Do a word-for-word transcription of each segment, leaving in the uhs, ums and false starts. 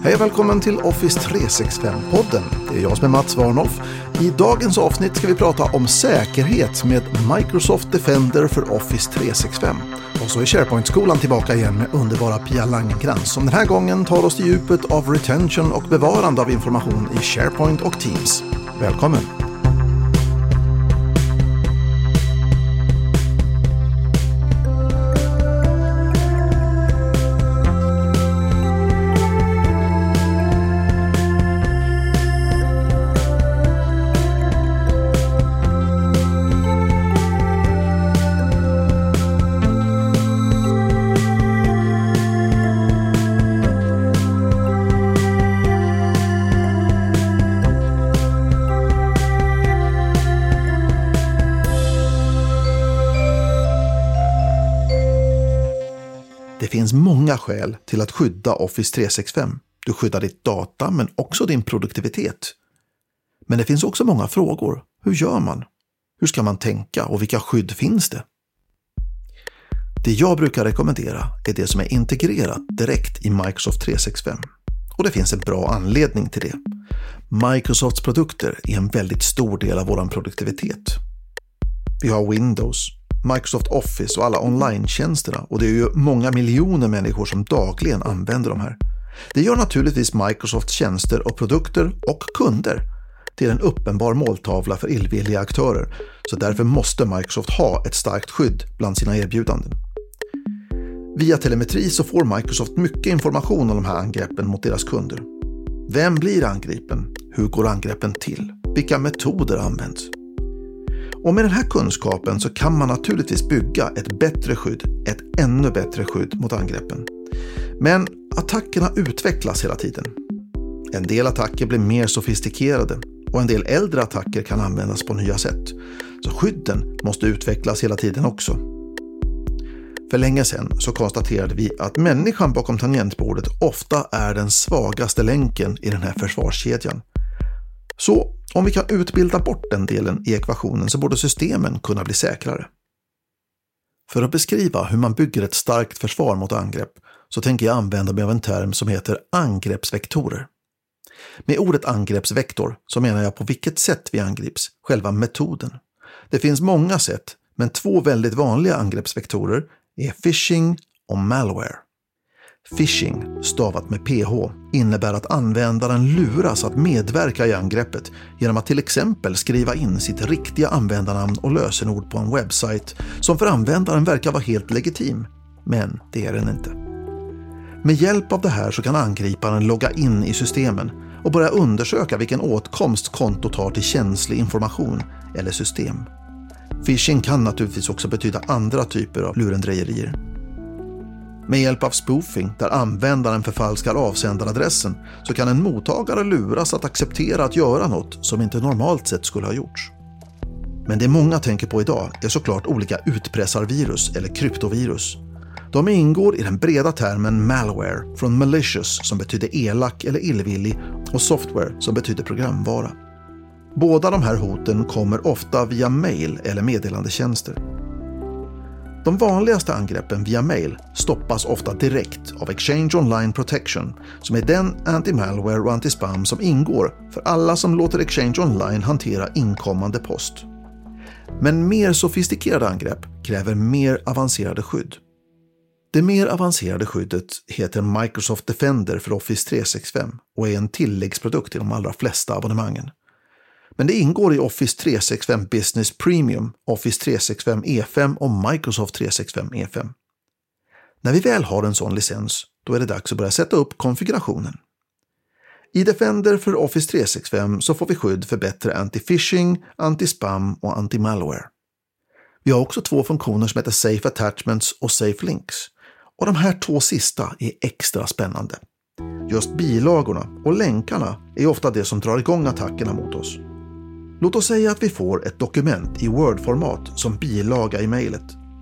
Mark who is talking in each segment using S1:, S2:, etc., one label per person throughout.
S1: Hej och välkommen till Office tre sextiofem-podden. Det är jag som är Mats Warnoff. I dagens avsnitt ska vi prata om säkerhet med Microsoft Defender för Office tre sextiofem. Och så är SharePoint-skolan tillbaka igen med underbara Pia Langenkrans som den här gången tar oss till djupet av retention och bevarande av information i SharePoint och Teams. Välkommen! Det finns många skäl till att skydda Office tre sextiofem. Du skyddar ditt data men också din produktivitet. Men det finns också många frågor. Hur gör man? Hur ska man tänka och vilka skydd finns det? Det jag brukar rekommendera är det som är integrerat direkt i Microsoft tre sextiofem. Och det finns en bra anledning till det. Microsofts produkter är en väldigt stor del av vår produktivitet. Vi har Windows, Microsoft Office och alla online-tjänsterna, och det är ju många miljoner människor som dagligen använder de här. Det gör naturligtvis Microsofts tjänster och produkter och kunder till en uppenbar måltavla för illvilliga aktörer, så därför måste Microsoft ha ett starkt skydd bland sina erbjudanden. Via telemetri så får Microsoft mycket information om de här angreppen mot deras kunder. Vem blir angripen? Hur går angreppen till? Vilka metoder används? Och med den här kunskapen så kan man naturligtvis bygga ett bättre skydd, ett ännu bättre skydd mot angreppen. Men attackerna utvecklas hela tiden. En del attacker blir mer sofistikerade och en del äldre attacker kan användas på nya sätt. Så skydden måste utvecklas hela tiden också. För länge sedan så konstaterade vi att människan bakom tangentbordet ofta är den svagaste länken i den här försvarskedjan. Så om vi kan utbilda bort den delen i ekvationen så borde systemen kunna bli säkrare. För att beskriva hur man bygger ett starkt försvar mot angrepp så tänker jag använda mig av en term som heter angreppsvektorer. Med ordet angreppsvektor så menar jag på vilket sätt vi angrips, själva metoden. Det finns många sätt, men två väldigt vanliga angreppsvektorer är phishing och malware. Phishing, stavat med ph, innebär att användaren luras att medverka i angreppet genom att till exempel skriva in sitt riktiga användarnamn och lösenord på en webbsajt som för användaren verkar vara helt legitim, men det är den inte. Med hjälp av det här så kan angriparen logga in i systemen och börja undersöka vilken åtkomst kontot har till känslig information eller system. Phishing kan naturligtvis också betyda andra typer av lurendrejerier. Med hjälp av spoofing, där användaren förfalskar avsändaradressen, så kan en mottagare luras att acceptera att göra något som inte normalt sett skulle ha gjorts. Men det många tänker på idag är såklart olika utpressarvirus eller kryptovirus. De ingår i den breda termen malware, från malicious som betyder elak eller illvillig och software som betyder programvara. Båda de här hoten kommer ofta via mail eller meddelandetjänster. De vanligaste angreppen via mail stoppas ofta direkt av Exchange Online Protection, som är den anti-malware och anti-spam som ingår för alla som låter Exchange Online hantera inkommande post. Men mer sofistikerade angrepp kräver mer avancerade skydd. Det mer avancerade skyddet heter Microsoft Defender för Office tre sextiofem och är en tilläggsprodukt i de allra flesta abonnemangen. Men det ingår i Office tre sextiofem Business Premium, Office tre sextiofem E fem och Microsoft tre sextiofem E fem. När vi väl har en sån licens, då är det dags att börja sätta upp konfigurationen. I Defender för Office tre sextiofem så får vi skydd för bättre anti-phishing, anti-spam och anti-malware. Vi har också två funktioner som heter Safe Attachments och Safe Links. Och de här två sista är extra spännande. Just bilagorna och länkarna är ofta det som drar igång attackerna mot oss. Låt oss säga att vi får ett dokument i Word-format som bilaga i mejlet.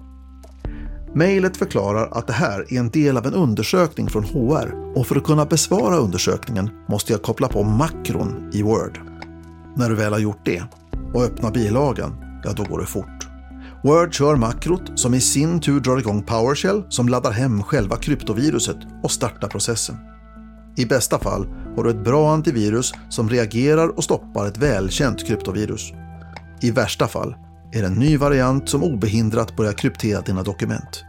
S1: Mejlet förklarar att det här är en del av en undersökning från H R och för att kunna besvara undersökningen måste jag koppla på makron i Word. När du väl har gjort det och öppnar bilagan, ja då går det fort. Word kör makrot som i sin tur drar igång PowerShell som laddar hem själva kryptoviruset och startar processen. I bästa fall har du ett bra antivirus som reagerar och stoppar ett välkänt kryptovirus. I värsta fall är det en ny variant som obehindrat börjar kryptera dina dokument.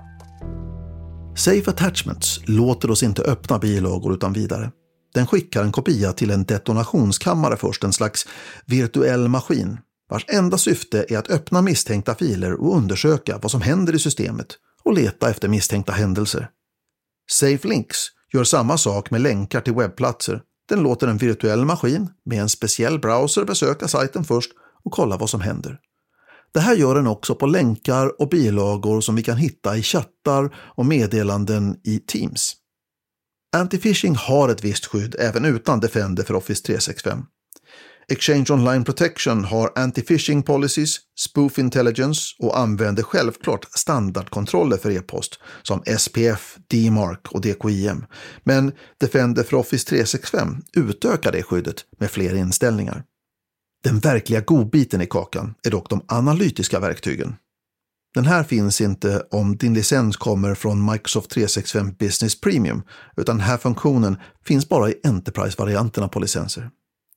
S1: Safe Attachments låter oss inte öppna bilagor utan vidare. Den skickar en kopia till en detonationskammare först, en slags virtuell maskin, vars enda syfte är att öppna misstänkta filer och undersöka vad som händer i systemet och leta efter misstänkta händelser. Safe Links gör samma sak med länkar till webbplatser. Den låter en virtuell maskin med en speciell browser besöka sajten först och kolla vad som händer. Det här gör den också på länkar och bilagor som vi kan hitta i chattar och meddelanden i Teams. Anti-phishing har ett visst skydd även utan Defender för Office tre sextiofem. Exchange Online Protection har anti-phishing policies, spoof intelligence och använder självklart standardkontroller för e-post som S P F, D MARC och D K I M. Men Defender för Office tre sextiofem utökar det skyddet med fler inställningar. Den verkliga godbiten i kakan är dock de analytiska verktygen. Den här finns inte om din licens kommer från Microsoft tre sextiofem Business Premium, utan den här funktionen finns bara i Enterprise-varianterna på licenser.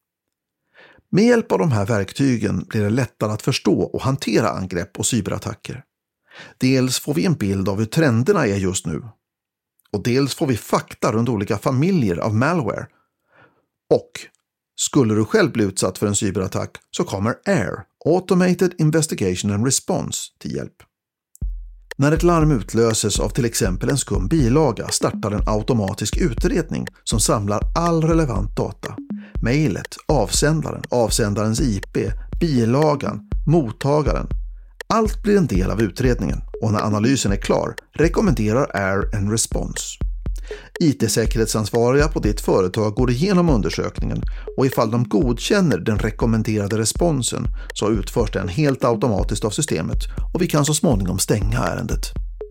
S1: Med hjälp av de här verktygen blir det lättare att förstå och hantera angrepp och cyberattacker. Dels får vi en bild av hur trenderna är just nu. Och dels får vi fakta runt olika familjer av malware. Och skulle du själv bli utsatt för en cyberattack så kommer A I R, Automated Investigation and Response, till hjälp. När ett larm utlöses av till exempel en skum bilaga startar en automatisk utredning som samlar all relevant data. Mailet, avsändaren, avsändarens I P, bilagan, mottagaren. Allt blir en del av utredningen och när analysen är klar rekommenderar A I R en respons. I T-säkerhetsansvariga på ditt företag går igenom undersökningen och ifall de godkänner den rekommenderade responsen så utförs den helt automatiskt av systemet och vi kan så småningom stänga ärendet.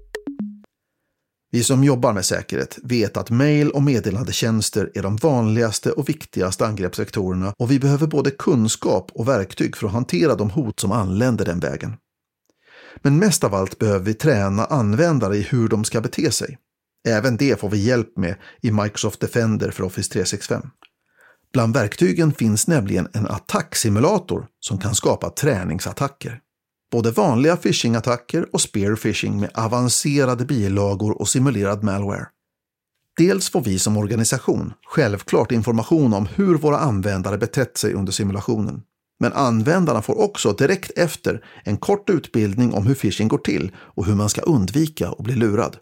S1: Vi som jobbar med säkerhet vet att mail- och meddelandetjänster är de vanligaste och viktigaste angreppsvektorerna och vi behöver både kunskap och verktyg för att hantera de hot som anländer den vägen. Men mest av allt behöver vi träna användare i hur de ska bete sig. Även det får vi hjälp med i Microsoft Defender för Office tre sextiofem. Bland verktygen finns nämligen en attacksimulator som kan skapa träningsattacker. Både vanliga phishing-attacker och spear phishing med avancerade bilagor och simulerad malware. Dels får vi som organisation självklart information om hur våra användare betett sig under simulationen. Men användarna får också direkt efter en kort utbildning om hur phishing går till och hur man ska undvika att bli lurad.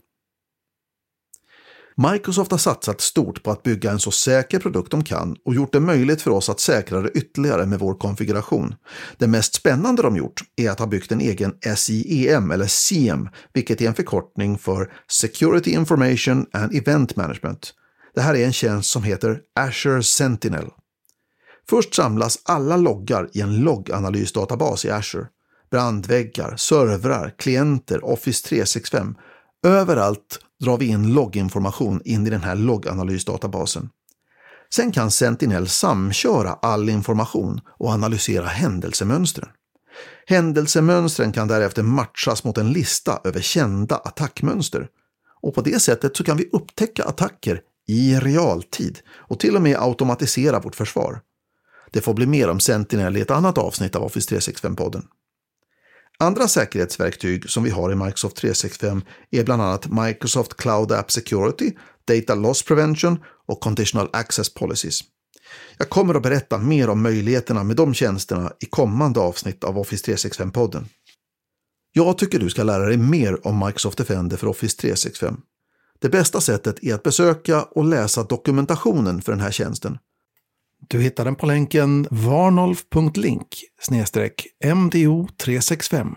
S1: Microsoft har satsat stort på att bygga en så säker produkt de kan och gjort det möjligt för oss att säkra det ytterligare med vår konfiguration. Det mest spännande de gjort är att ha byggt en egen S I E M eller S I E M, vilket är en förkortning för Security Information and Event Management. Det här är en tjänst som heter Azure Sentinel. Först samlas alla loggar i en logganalysdatabas i Azure. Brandväggar, servrar, klienter, Office tre sextiofem. Överallt drar vi in logginformation in i den här logganalysdatabasen. Sen kan Sentinel samköra all information och analysera händelsemönstren. Händelsemönstren kan därefter matchas mot en lista över kända attackmönster. Och på det sättet så kan vi upptäcka attacker i realtid och till och med automatisera vårt försvar. Det får bli mer om Sentinel i ett annat avsnitt av Office tre sextiofem-podden. Andra säkerhetsverktyg som vi har i Microsoft tre sextiofem är bland annat Microsoft Cloud App Security, Data Loss Prevention och Conditional Access Policies. Jag kommer att berätta mer om möjligheterna med de tjänsterna i kommande avsnitt av Office tre sextiofem-podden. Jag tycker du ska lära dig mer om Microsoft Defender för Office tre sextiofem. Det bästa sättet är att besöka och läsa dokumentationen för den här tjänsten. Du hittar den på länken varnolf punkt link slash M D O tre sextiofem.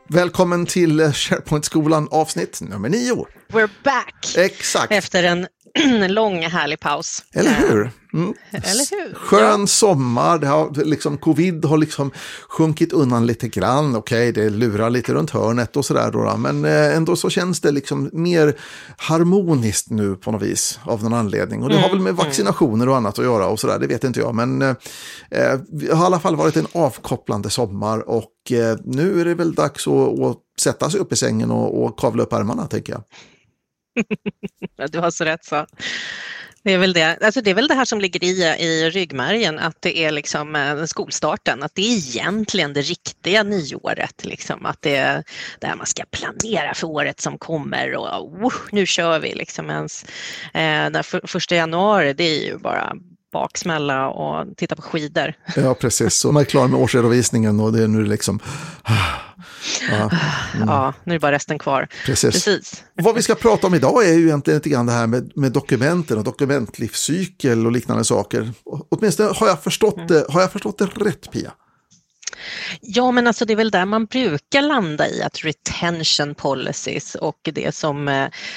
S1: Välkommen till SharePoint-skolan avsnitt nummer nio.
S2: We're back.
S1: Exakt.
S2: Efter en en lång härlig paus.
S1: Eller hur? Mm.
S2: Eller hur?
S1: Skön
S2: ja.
S1: sommar, det har, liksom, covid har liksom sjunkit undan lite grann, okej, okay, det lurar lite runt hörnet och sådär då, men eh, ändå så känns det liksom mer harmoniskt nu på något vis av någon anledning, och det mm. har väl med vaccinationer och annat att göra och sådär, det vet inte jag, men eh, det har i alla fall varit en avkopplande sommar, och eh, nu är det väl dags att, att sätta sig upp i sängen och, och kavla upp ärmarna, tänker jag.
S2: Du har så rätt så. Det är väl det. Alltså det är väl det här som ligger i, i ryggmärgen, att det är liksom eh, skolstarten, att det är egentligen det riktiga nyåret, liksom, att det är där man ska planera för året som kommer, och uh, nu kör vi liksom ens. Eh, den för, första januari, det är ju bara baksmälla och titta på skidor. Ja,
S1: precis. Så man är klar med årsredovisningen och det är nu liksom...
S2: Ja, mm. ja, nu är det bara resten kvar.
S1: Precis. Precis. Vad vi ska prata om idag är ju egentligen lite grann det här med, med dokumenten och dokumentlivscykel och liknande saker. Åtminstone har jag förstått mm. det, har jag förstått det rätt, Pia?
S2: Ja, men alltså det är väl där man brukar landa i, att retention policies och det som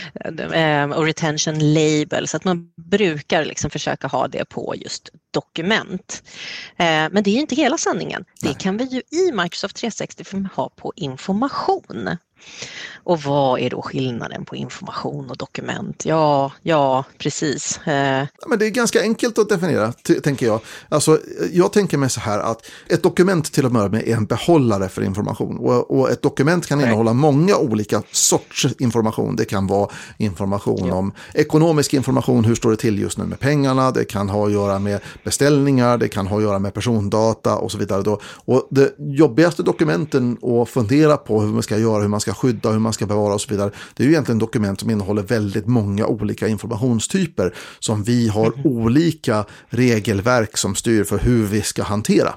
S2: eh, och retention labels, att man brukar liksom försöka ha det på just dokument. Eh, men det är ju inte hela sanningen. Nej. Det kan vi ju i Microsoft tre sextiofem ha på information. Och vad är då skillnaden på information och dokument? Ja, ja, precis.
S1: Ja, men det är ganska enkelt att definiera, t- tänker jag. Alltså, jag tänker mig så här att ett dokument till att börja med är en behållare för information. Och, och ett dokument kan innehålla många olika sorts information. Det kan vara information ja. om ekonomisk information, hur står det till just nu med pengarna. Det kan ha att göra med beställningar, det kan ha att göra med persondata och så vidare. Då. Och det jobbigaste dokumenten att fundera på hur man ska göra, hur man ska skydda, hur man ska bevara och så vidare. Det är ju egentligen dokument som innehåller väldigt många olika informationstyper som vi har mm. olika regelverk som styr för hur vi ska hantera.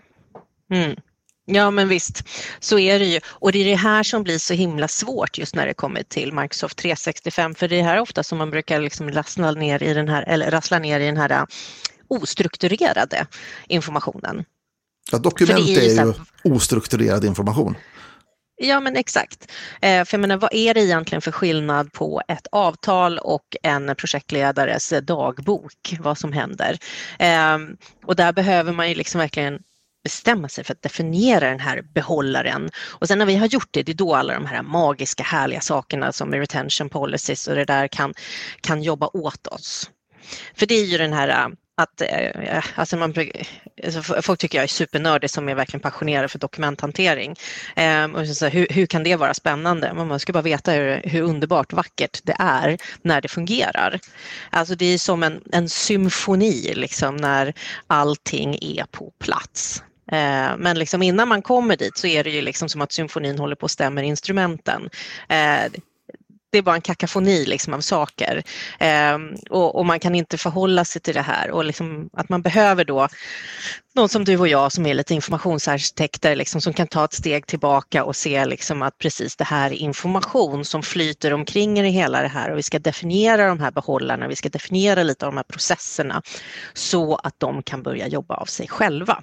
S2: Mm. Ja, men visst, så är det ju. Och det är det här som blir så himla svårt just när det kommer till Microsoft tre sextiofem, för det är här ofta som man brukar liksom rassla ner i den här, eller rassla ner i den här ostrukturerade informationen.
S1: Ja, dokument är, är ju här... ostrukturerad information.
S2: Ja, men exakt. Eh, för jag menar, vad är det egentligen för skillnad på ett avtal och en projektledares dagbok, vad som händer? Eh, och där behöver man ju liksom verkligen bestämma sig för att definiera den här behållaren. Och sen när vi har gjort det, det är då alla de här magiska härliga sakerna som retention policies och det där kan, kan jobba åt oss. För det är ju den här... Att, alltså man, alltså folk tycker jag är supernördig som är verkligen passionerade för dokumenthantering. Ehm, och så, hur, hur kan det vara spännande? Man ska bara veta hur, hur underbart vackert det är när det fungerar. Alltså det är som en, en symfoni liksom, när allting är på plats. Ehm, men liksom innan man kommer dit så är det ju liksom som att symfonin håller på att stämma instrumenten. Ehm, Det är bara en kakafoni liksom av saker eh, och, och man kan inte förhålla sig till det här, och liksom att man behöver då någon som du och jag som är lite informationsarkitekter liksom, som kan ta ett steg tillbaka och se liksom att precis det här är information som flyter omkring i hela det här, och vi ska definiera de här behållarna, vi ska definiera lite av de här processerna så att de kan börja jobba av sig själva.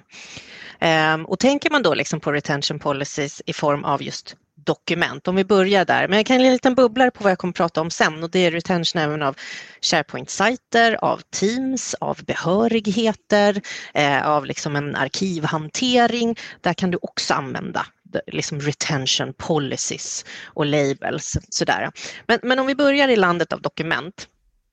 S2: Eh, och tänker man då liksom på retention policies i form av just dokument. Om vi börjar där, men jag kan ge en liten bubblare på vad jag kommer att prata om sen, och det är retention även av SharePoint-sajter, av Teams, av behörigheter, eh, av liksom en arkivhantering. Där kan du också använda liksom retention policies och labels. Sådär. Men, men om vi börjar i landet av dokument,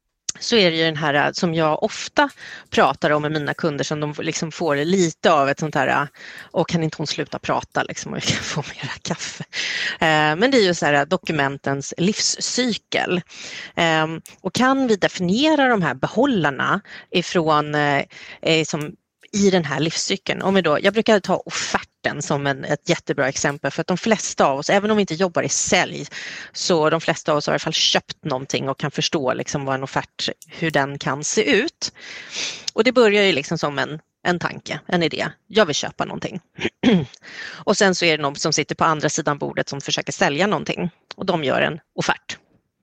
S2: så är det ju den här som jag ofta pratar om med mina kunder, som de liksom får lite av ett sånt här, och kan inte hon sluta prata liksom, och vi kan få mera kaffe. Eh, men det är ju så här dokumentens livscykel. Eh, och kan vi definiera de här behållarna ifrån eh, som i den här livscykeln. Om vi då, jag brukar ta offerten som en, ett jättebra exempel, för att de flesta av oss, även om vi inte jobbar i sälj, så de flesta av oss har i alla fall köpt någonting och kan förstå liksom vad en offert, hur den kan se ut. Och det börjar ju liksom som en, en tanke, en idé. Jag vill köpa någonting. Och sen så är det någon som sitter på andra sidan bordet som försöker sälja någonting, och de gör en offert.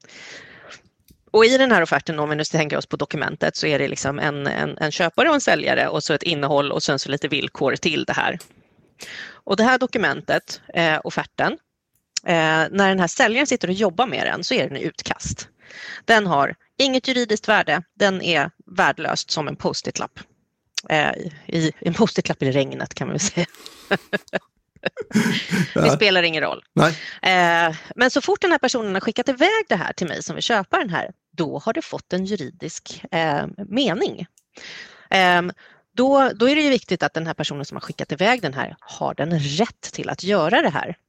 S2: Och i den här offerten, om vi nu tänker oss på dokumentet, så är det liksom en, en, en köpare och en säljare och så ett innehåll och sen så lite villkor till det här. Och det här dokumentet, eh, offerten, eh, när den här säljaren sitter och jobbar med den så är den i utkast. Den har inget juridiskt värde, den är värdelöst som en post-it-lapp. Eh, i, en post-it-lapp i regnet kan man väl säga. Det ja. spelar ingen roll. Eh, men så fort den här personen har skickat iväg det här till mig som vill köpa den här, då har det fått en juridisk eh, mening. Eh, då, då är det ju viktigt att den här personen som har skickat iväg den här har den rätt till att göra det här.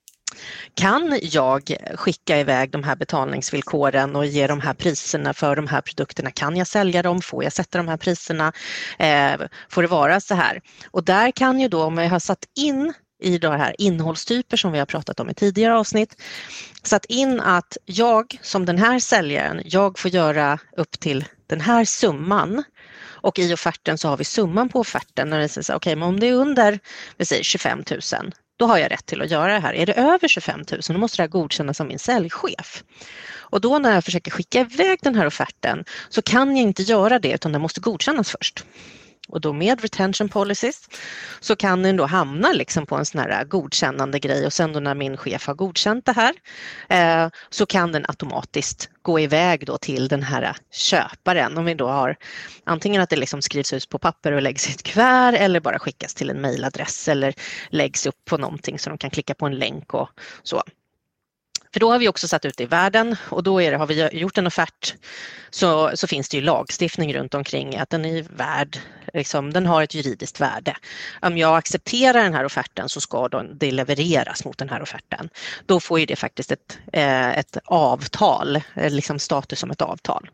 S2: Kan jag skicka iväg de här betalningsvillkoren och ge de här priserna för de här produkterna? Kan jag sälja dem? Får jag sätta de här priserna? Eh, får det vara så här? Och där kan ju då, om jag har satt in i de här innehållstyper som vi har pratat om i tidigare avsnitt, satt in att jag som den här säljaren, jag får göra upp till den här summan. Och i offerten så har vi summan på offerten när det säger så, okej, men om det är under vi säger tjugofem tusen, då har jag rätt till att göra det här. Är det över tjugofem tusen, då måste det här godkännas av min säljchef. Och då när jag försöker skicka iväg den här offerten så kan jag inte göra det, utan den måste godkännas först. Och då med retention policies så kan den då hamna liksom på en sån här godkännande grej, och sen då när min chef har godkänt det här eh, så kan den automatiskt gå iväg då till den här köparen. Om vi då har antingen att det liksom skrivs ut på papper och läggs i ett kuvert, eller bara skickas till en mejladress eller läggs upp på någonting så de kan klicka på en länk och så. För då har vi också satt ut det i världen, och då är det, har vi gjort en offert så, så finns det ju lagstiftning runt omkring att den är värd, liksom, den har ett juridiskt värde. Om jag accepterar den här offerten så ska det levereras mot den här offerten. Då får ju det faktiskt ett, eh, ett avtal, liksom status som ett avtal.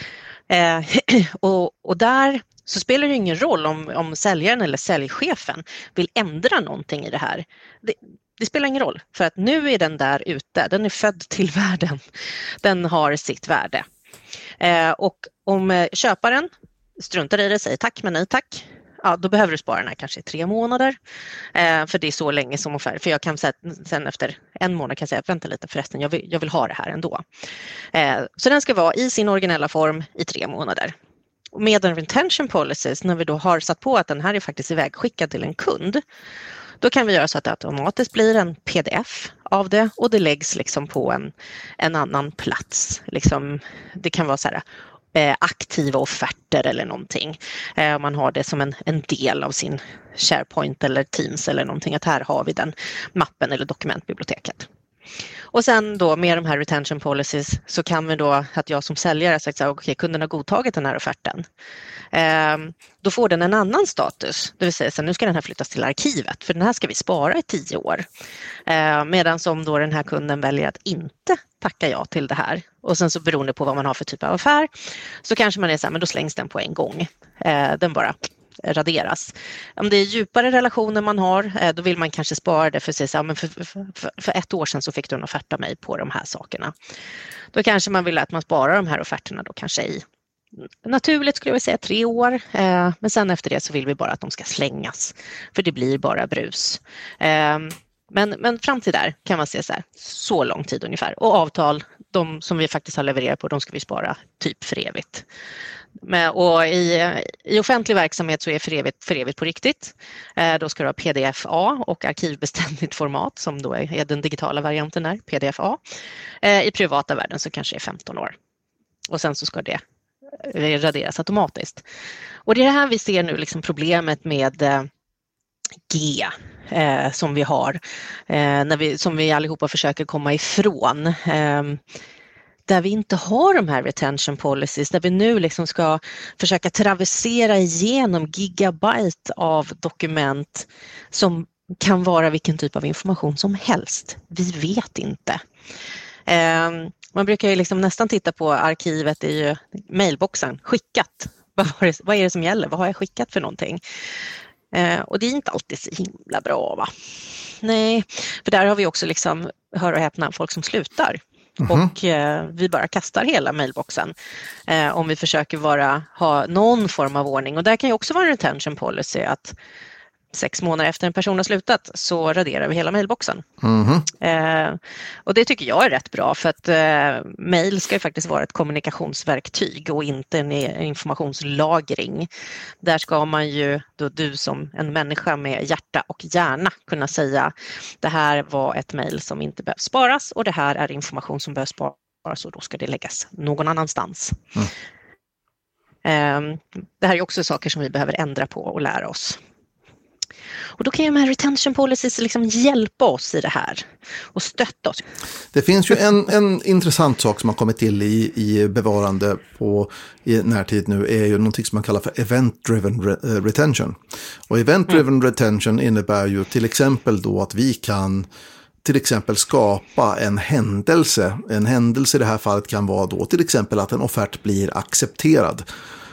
S2: Eh, och, och där så spelar det ingen roll om, om säljaren eller säljchefen vill ändra någonting i det här. Det, Det spelar ingen roll, för att nu är den där ute, den är född till världen, den har sitt värde. Eh, och om köparen struntar i det, säger tack men nej tack, ja, då behöver du spara den här kanske i tre månader. Eh, för det är så länge som offert, för jag kan säga sen efter en månad kan jag säga, vänta lite förresten, jag vill, jag vill ha det här ändå. Eh, så den ska vara i sin originella form i tre månader. Och med en retention policies, när vi då har satt på att den här är faktiskt ivägskickad till en kund, då kan vi göra så att det automatiskt blir en p d f av det, och det läggs liksom på en, en annan plats. Liksom, det kan vara så här, eh, aktiva offerter eller någonting. Eh, man har det som en, en del av sin SharePoint eller Teams eller någonting, att här har vi den mappen eller dokumentbiblioteket. Och sen då med de här retention policies så kan vi då, att jag som säljare har sagt så här, okej, kunden har godtagit den här offerten. Eh, då får den en annan status, det vill säga så nu ska den här flyttas till arkivet, för den här ska vi spara i tio år. Eh, medan som då den här kunden väljer att inte tacka ja till det här, och sen så beroende på vad man har för typ av affär, så kanske man är så här, men då slängs den på en gång. Eh, den bara raderas. Om det är djupare relationer man har, då vill man kanske spara det för att säga så här, men för, för, för ett år sedan så fick du en offert av mig på de här sakerna. Då kanske man vill att man sparar de här offerterna då kanske i naturligt skulle jag säga tre år, men sen efter det så vill vi bara att de ska slängas, för det blir bara brus. Men, men fram till där kan man se så här, så lång tid ungefär. Och avtal, de som vi faktiskt har levererat på, de ska vi spara typ för evigt. Men, och i, i offentlig verksamhet så är för evigt, för evigt på riktigt. Eh, då ska det vara P D F A och arkivbeständigt format, som då är, är den digitala varianten är P D F A. Eh, I privata världen så kanske det är femton år. Och sen så ska det raderas automatiskt. Och det är det här vi ser nu, liksom problemet med eh, G eh, som vi har, eh, när vi, som vi allihopa försöker komma ifrån. Eh, där vi inte har de här retention policies, där vi nu liksom ska försöka traversera igenom gigabyte av dokument som kan vara vilken typ av information som helst. Vi vet inte. Eh, man brukar ju liksom nästan titta på arkivet i ju mailboxen, skickat. Vad, var det, vad är det som gäller? Vad har jag skickat för någonting? Eh, och det är inte alltid så himla bra, va? Nej, för där har vi också liksom, hör och häpna, folk som slutar. Mm-hmm. Och eh, vi bara kastar hela mailboxen eh, om vi försöker vara, ha någon form av ordning. Och där kan ju också vara en retention policy att sex månader efter en person har slutat så raderar vi hela mailboxen. Mm-hmm. Eh, och det tycker jag är rätt bra, för att eh, mail ska ju faktiskt vara ett kommunikationsverktyg och inte en informationslagring. Där ska man ju, då du som en människa med hjärta och hjärna, kunna säga det här var ett mail som inte behöver sparas och det här är information som behöver sparas så då ska det läggas någon annanstans.
S1: Mm.
S2: Um, det här är också saker som vi behöver ändra på och lära oss. Och då kan ju de här retention policies liksom hjälpa oss i det här och stötta oss.
S1: Det finns ju en, en intressant sak som har kommit till i, i bevarande på i närtid nu är ju någonting som man kallar för event-driven re- retention. Och event-driven mm. retention innebär ju till exempel då att vi kan till exempel skapa en händelse. En händelse i det här fallet kan vara då till exempel att en offert blir accepterad.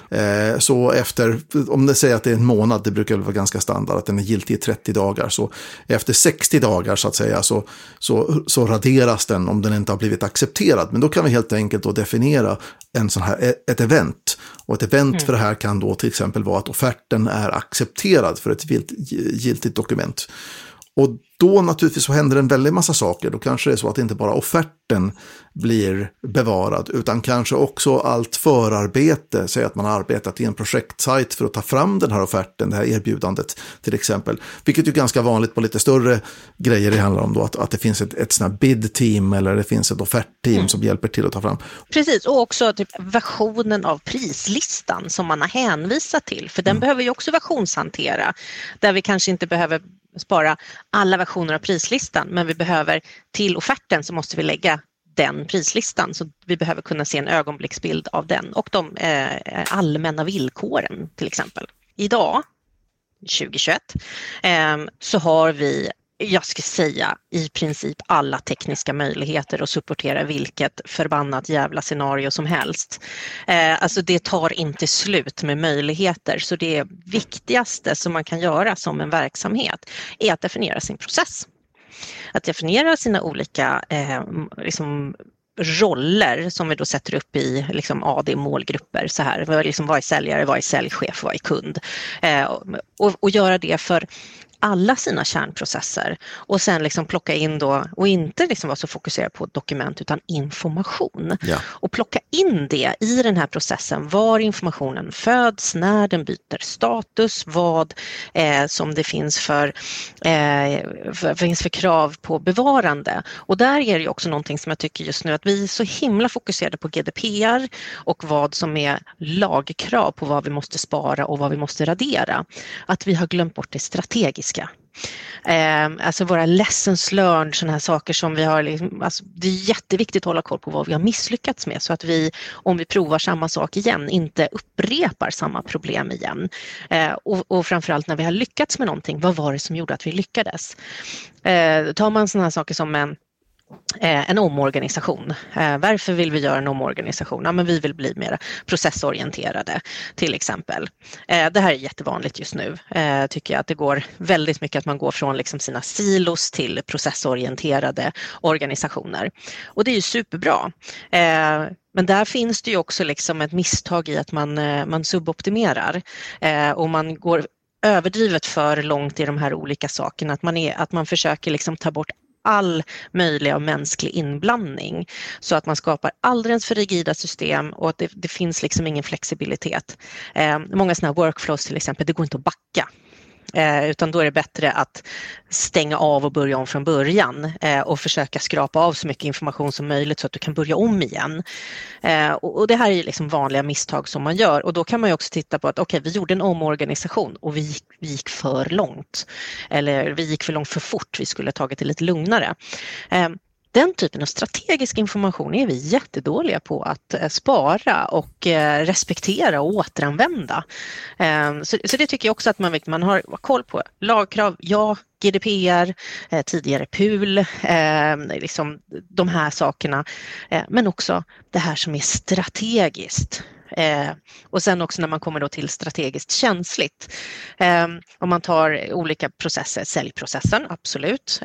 S1: Så efter, om det säger att det är en månad, det brukar vara ganska standard att den är giltig i trettio dagar, så efter sextio dagar så att säga så, så, så raderas den om den inte har blivit accepterad. Men då kan vi helt enkelt då definiera en sån här, ett event. Och ett event mm. för det här kan då till exempel vara att offerten är accepterad för ett giltigt dokument. Och då naturligtvis så händer en väldigt massa saker. Då kanske det är så att inte bara offerten blir bevarad utan kanske också allt förarbete. Säg att man har arbetat i en projektsajt för att ta fram den här offerten, det här erbjudandet till exempel. Vilket är ganska vanligt på lite större grejer. Det handlar om då att, att det finns ett, ett sånt här bid-team eller det finns ett offertteam mm. som hjälper till att ta fram.
S2: Precis, och också typ versionen av prislistan som man har hänvisat till. För den mm. behöver ju också versionshantera. Där vi kanske inte behöver spara alla versioner av prislistan, men vi behöver till offerten så måste vi lägga den prislistan, så vi behöver kunna se en ögonblicksbild av den och de eh, allmänna villkoren till exempel. Idag, tjugohundratjugoett, eh, så har vi, jag ska säga, i princip alla tekniska möjligheter att supportera vilket förbannat jävla scenario som helst. Eh, alltså det tar inte slut med möjligheter, så det viktigaste som man kan göra som en verksamhet är att definiera sin process. Att definiera sina olika eh, liksom roller som vi då sätter upp i liksom A D-målgrupper så här. Liksom, vad är säljare, vad är säljchef, vad är kund? Eh, och, och göra det för alla sina kärnprocesser och sen liksom plocka in då och inte liksom vara så fokuserad på dokument utan information.
S1: Ja.
S2: Och plocka in det i den här processen, var informationen föds, när den byter status, vad eh, som det finns för, eh, för, finns för krav på bevarande. Och där är det ju också någonting som jag tycker just nu att vi är så himla fokuserade på G D P R och vad som är lagkrav på vad vi måste spara och vad vi måste radera. Att vi har glömt bort det strategiska. Eh, alltså våra lessons learned, sådana här saker som vi har, liksom, alltså det är jätteviktigt att hålla koll på vad vi har misslyckats med så att vi, om vi provar samma sak igen, inte upprepar samma problem igen. Eh, och, och framförallt när vi har lyckats med någonting, vad var det som gjorde att vi lyckades? Eh, tar man sådana här saker som en En omorganisation. Varför vill vi göra en omorganisation? Ja, men vi vill bli mer processorienterade till exempel. Det här är jättevanligt just nu. Tycker jag att det går väldigt mycket att man går från liksom sina silos till processorienterade organisationer. Och det är ju superbra. Men där finns det ju också liksom ett misstag i att man, man suboptimerar och man går överdrivet för långt i de här olika sakerna. Att man, är, att man försöker liksom ta bort all möjlig och mänsklig inblandning så att man skapar alldeles för rigida system och att det, det finns liksom ingen flexibilitet. Eh, många sådana här workflows till exempel, det går inte att backa. Eh, utan då är det bättre att stänga av och börja om från början eh, och försöka skrapa av så mycket information som möjligt så att du kan börja om igen. Eh, och, och det här är ju liksom vanliga misstag som man gör och då kan man ju också titta på att okej, okay, vi gjorde en omorganisation och vi gick, vi gick för långt eller vi gick för långt för fort, vi skulle tagit det lite lugnare. Eh, Den typen av strategisk information är vi jättedåliga på att spara och respektera och återanvända. Så, så det tycker jag också att man, man har koll på. Lagkrav, ja, G D P R, tidigare P U L, liksom de här sakerna. Men också det här som är strategiskt. Och sen också när man kommer då till strategiskt känsligt. Om man tar olika processer, säljprocessen, absolut.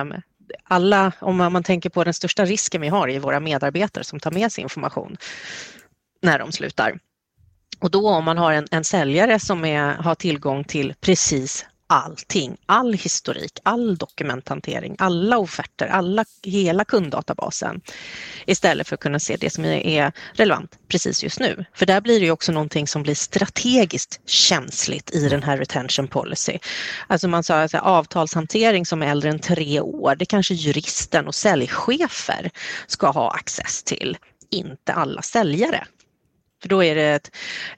S2: Alla, om man tänker på den största risken vi har i våra medarbetare som tar med sig information när de slutar. Och då om man har en, en säljare som är, har tillgång till precis allting, all historik, all dokumenthantering, alla offerter, alla, hela kunddatabasen istället för att kunna se det som är relevant precis just nu. För där blir det ju också någonting som blir strategiskt känsligt i den här retention policy. Alltså man sa att avtalshantering som är äldre än tre år, det kanske juristen och säljchefer ska ha access till, inte alla säljare. För då är det ett,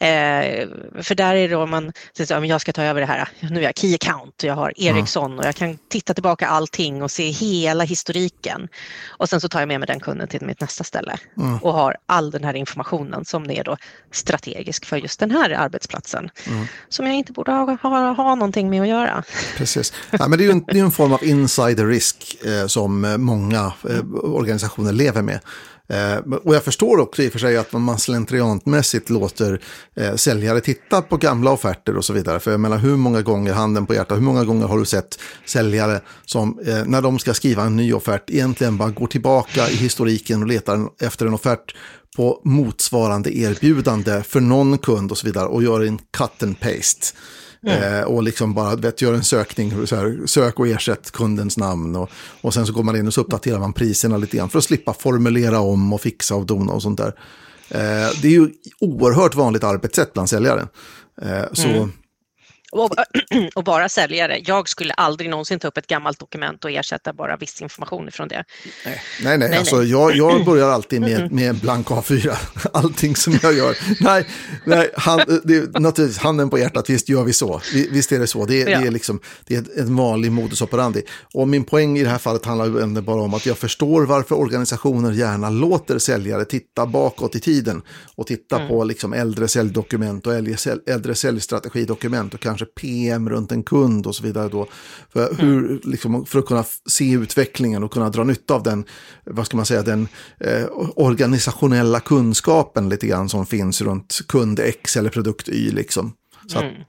S2: eh, för där är det då man säger att jag ska ta över det här, nu är jag key account och jag har Ericsson mm. och jag kan titta tillbaka allting och se hela historiken och sen så tar jag med mig den kunden till mitt nästa ställe mm. och har all den här informationen som är då strategisk för just den här arbetsplatsen mm. som jag inte borde ha, ha, ha någonting med att göra.
S1: Precis, ja, men det är ju en, det är en form av insider risk eh, som många eh, organisationer lever med. Eh, och jag förstår också i och för sig att man slentriantmässigt låter eh, säljare titta på gamla offerter och så vidare. För jag menar, hur många gånger, handen på hjärtat, hur många gånger har du sett säljare som eh, när de ska skriva en ny offert egentligen bara går tillbaka i historiken och letar efter en offert på motsvarande erbjudande för någon kund och så vidare och gör en cut and paste. Mm. Eh, och liksom bara vet, gör en sökning, så här, sök och ersätt kundens namn och, och sen så går man in och så uppdaterar man priserna lite grann för att slippa formulera om och fixa och dona och sånt där. Eh, det är ju oerhört vanligt arbetssätt bland säljare. Eh, så...
S2: Mm. Och, och bara säljare. Jag skulle aldrig någonsin ta upp ett gammalt dokument och ersätta bara viss information ifrån det.
S1: Nej, nej, nej. Alltså, jag, jag börjar alltid med, med blank A fyra. Allting som jag gör. Nej, nej hand, det, naturligtvis, handen på hjärtat, visst gör vi så. Visst är det så. Det, ja. det är liksom det är en vanlig modus operandi. Och min poäng i det här fallet handlar ju bara om att jag förstår varför organisationer gärna låter säljare titta bakåt i tiden och titta mm. på liksom äldre säljdokument och äldre, sälj, äldre säljstrategidokument och kanske P M runt en kund och så vidare då. För, hur, liksom, för att kunna se utvecklingen och kunna dra nytta av den, vad ska man säga, den eh, organisationella kunskapen lite grann som finns runt kund X eller produkt Y liksom. Så att,
S2: mm.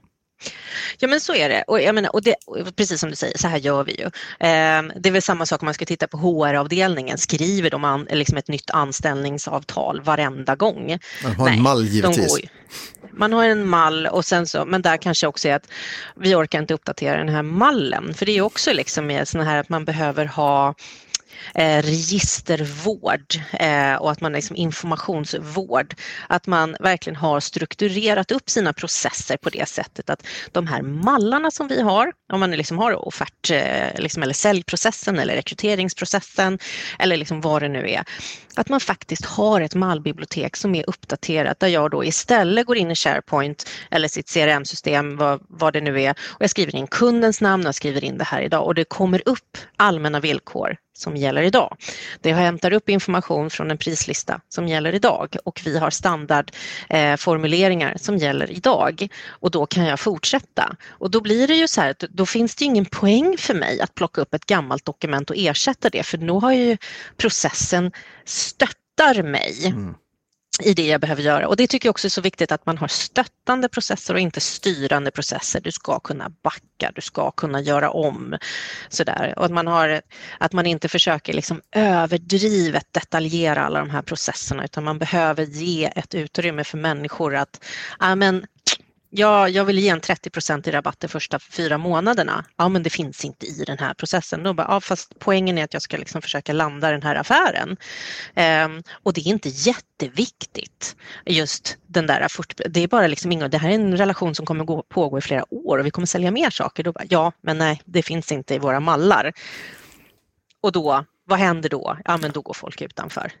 S2: Ja men så är det och, jag menar, och det, och precis som du säger, så här gör vi ju. Eh, det är väl samma sak om man ska titta på H R-avdelningen, skriver de an, liksom ett nytt anställningsavtal varenda gång.
S1: Man har Nej, en mall givetvis.
S2: Man har en mall och sen så, men där kanske också är att vi orkar inte uppdatera den här mallen, för det är ju också liksom med såna här att man behöver ha Eh, registervård eh, och att man liksom informationsvård, att man verkligen har strukturerat upp sina processer på det sättet att de här mallarna som vi har, om man liksom har offert eh, liksom, eller säljprocessen eller rekryteringsprocessen eller liksom vad det nu är, att man faktiskt har ett mallbibliotek som är uppdaterat där jag då istället går in i SharePoint eller sitt C R M-system, vad, vad det nu är, och jag skriver in kundens namn och jag skriver in det här idag och det kommer upp allmänna villkor som gäller idag. Det hämtar upp information från en prislista som gäller idag och vi har standardformuleringar eh, som gäller idag och då kan jag fortsätta. Och då blir det ju så här att då finns det ingen poäng för mig att plocka upp ett gammalt dokument och ersätta det, för då har ju processen stöttar mig. Mm. i det jag behöver göra. Och det tycker jag också är så viktigt att man har stöttande processer och inte styrande processer. Du ska kunna backa, du ska kunna göra om sådär. Och att man, har, att man inte försöker liksom överdrivet detaljera alla de här processerna, utan man behöver ge ett utrymme för människor att ja, men, ja, jag vill ge en trettio procent i rabatt de första fyra månaderna. Ja, men det finns inte i den här processen. Då bara, ja, fast poängen är att jag ska liksom försöka landa den här affären. Um, och det är inte jätteviktigt. Just den där, det är bara liksom inga, det här är en relation som kommer gå, pågå i flera år och vi kommer sälja mer saker. Då bara, ja, men nej, det finns inte i våra mallar. Och då, vad händer då? Ja, men då går folk utanför.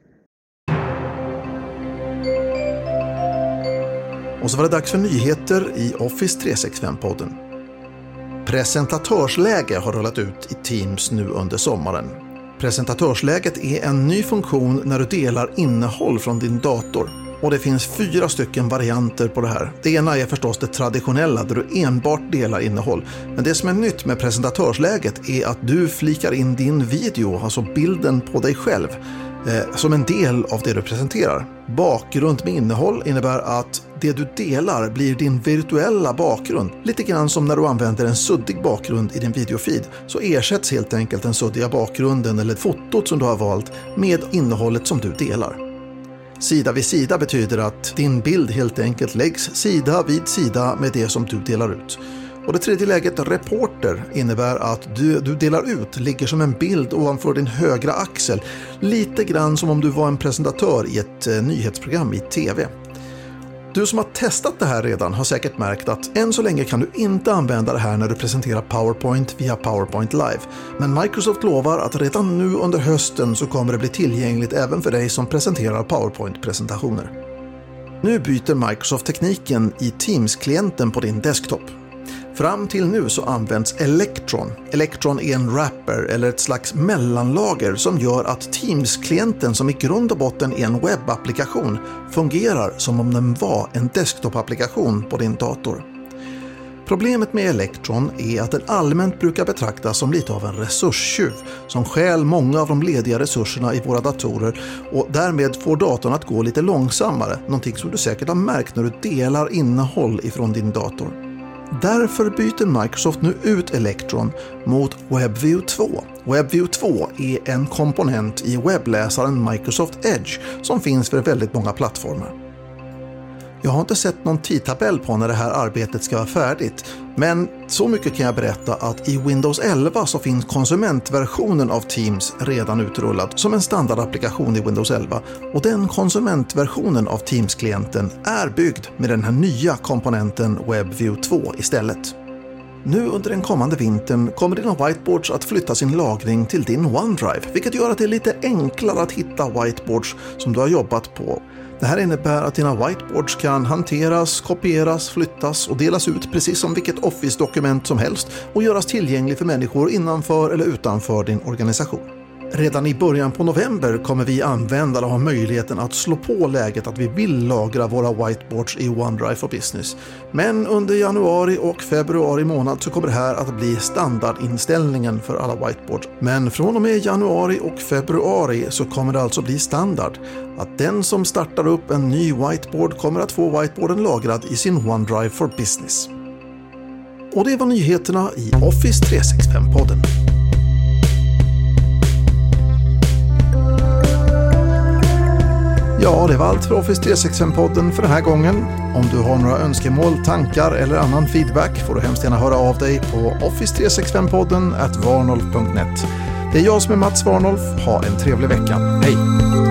S1: Och så var det dags för nyheter i Office tre sextiofem-podden. Presentatörsläge har rullat ut i Teams nu under sommaren. Presentatörsläget är en ny funktion när du delar innehåll från din dator. Och det finns fyra stycken varianter på det här. Det ena är förstås det traditionella där du enbart delar innehåll. Men det som är nytt med presentatörsläget är att du flikar in din video, alltså bilden på dig själv, eh, som en del av det du presenterar. Bakgrund med innehåll innebär att det du delar blir din virtuella bakgrund. Lite grann som när du använder en suddig bakgrund i din videofeed, så ersätts helt enkelt den suddiga bakgrunden eller fotot som du har valt med innehållet som du delar. Sida vid sida betyder att din bild helt enkelt läggs sida vid sida med det som du delar ut. Och det tredje läget, reporter, innebär att du, du delar ut, ligger som en bild ovanför din högra axel. Lite grann som om du var en presentatör i ett eh, nyhetsprogram i tv. Du som har testat det här redan har säkert märkt att än så länge kan du inte använda det här när du presenterar PowerPoint via PowerPoint Live. Men Microsoft lovar att redan nu under hösten så kommer det bli tillgängligt även för dig som presenterar PowerPoint-presentationer. Nu byter Microsoft tekniken i Teams-klienten på din desktop. Fram till nu så används Electron. Electron är en wrapper eller ett slags mellanlager som gör att Teams-klienten, som i grund och botten är en webbapplikation, fungerar som om den var en desktop-applikation på din dator. Problemet med Electron är att den allmänt brukar betraktas som lite av en resurstjuv som stjäl många av de lediga resurserna i våra datorer och därmed får datorn att gå lite långsammare, någonting som du säkert har märkt när du delar innehåll ifrån din dator. Därför byter Microsoft nu ut Electron mot WebView två. WebView två är en komponent i webbläsaren Microsoft Edge som finns för väldigt många plattformar. Jag har inte sett någon tidtabell på när det här arbetet ska vara färdigt, men så mycket kan jag berätta att i Windows elva så finns konsumentversionen av Teams redan utrullad som en standardapplikation i Windows elva, och den konsumentversionen av Teams-klienten är byggd med den här nya komponenten WebView två istället. Nu under den kommande vintern kommer dina whiteboards att flytta sin lagring till din OneDrive, vilket gör att det är lite enklare att hitta whiteboards som du har jobbat på. Det här innebär att dina whiteboards kan hanteras, kopieras, flyttas och delas ut precis som vilket Office-dokument som helst och göras tillgänglig för människor innanför eller utanför din organisation. Redan i början på november kommer vi användare ha möjligheten att slå på läget att vi vill lagra våra whiteboards i OneDrive for Business. Men under januari och februari månad så kommer det här att bli standardinställningen för alla whiteboards. Men från och med januari och februari så kommer det alltså bli standard att den som startar upp en ny whiteboard kommer att få whiteboarden lagrad i sin OneDrive for Business. Och det var nyheterna i Office tre sextiofem-podden. Ja, det var allt för Office tre sextiofem-podden för den här gången. Om du har några önskemål, tankar eller annan feedback får du hemskt gärna höra av dig på office tre sextiofem-podden at varnolf punkt net. Det är jag som är Mats Varnolf. Ha en trevlig vecka. Hej!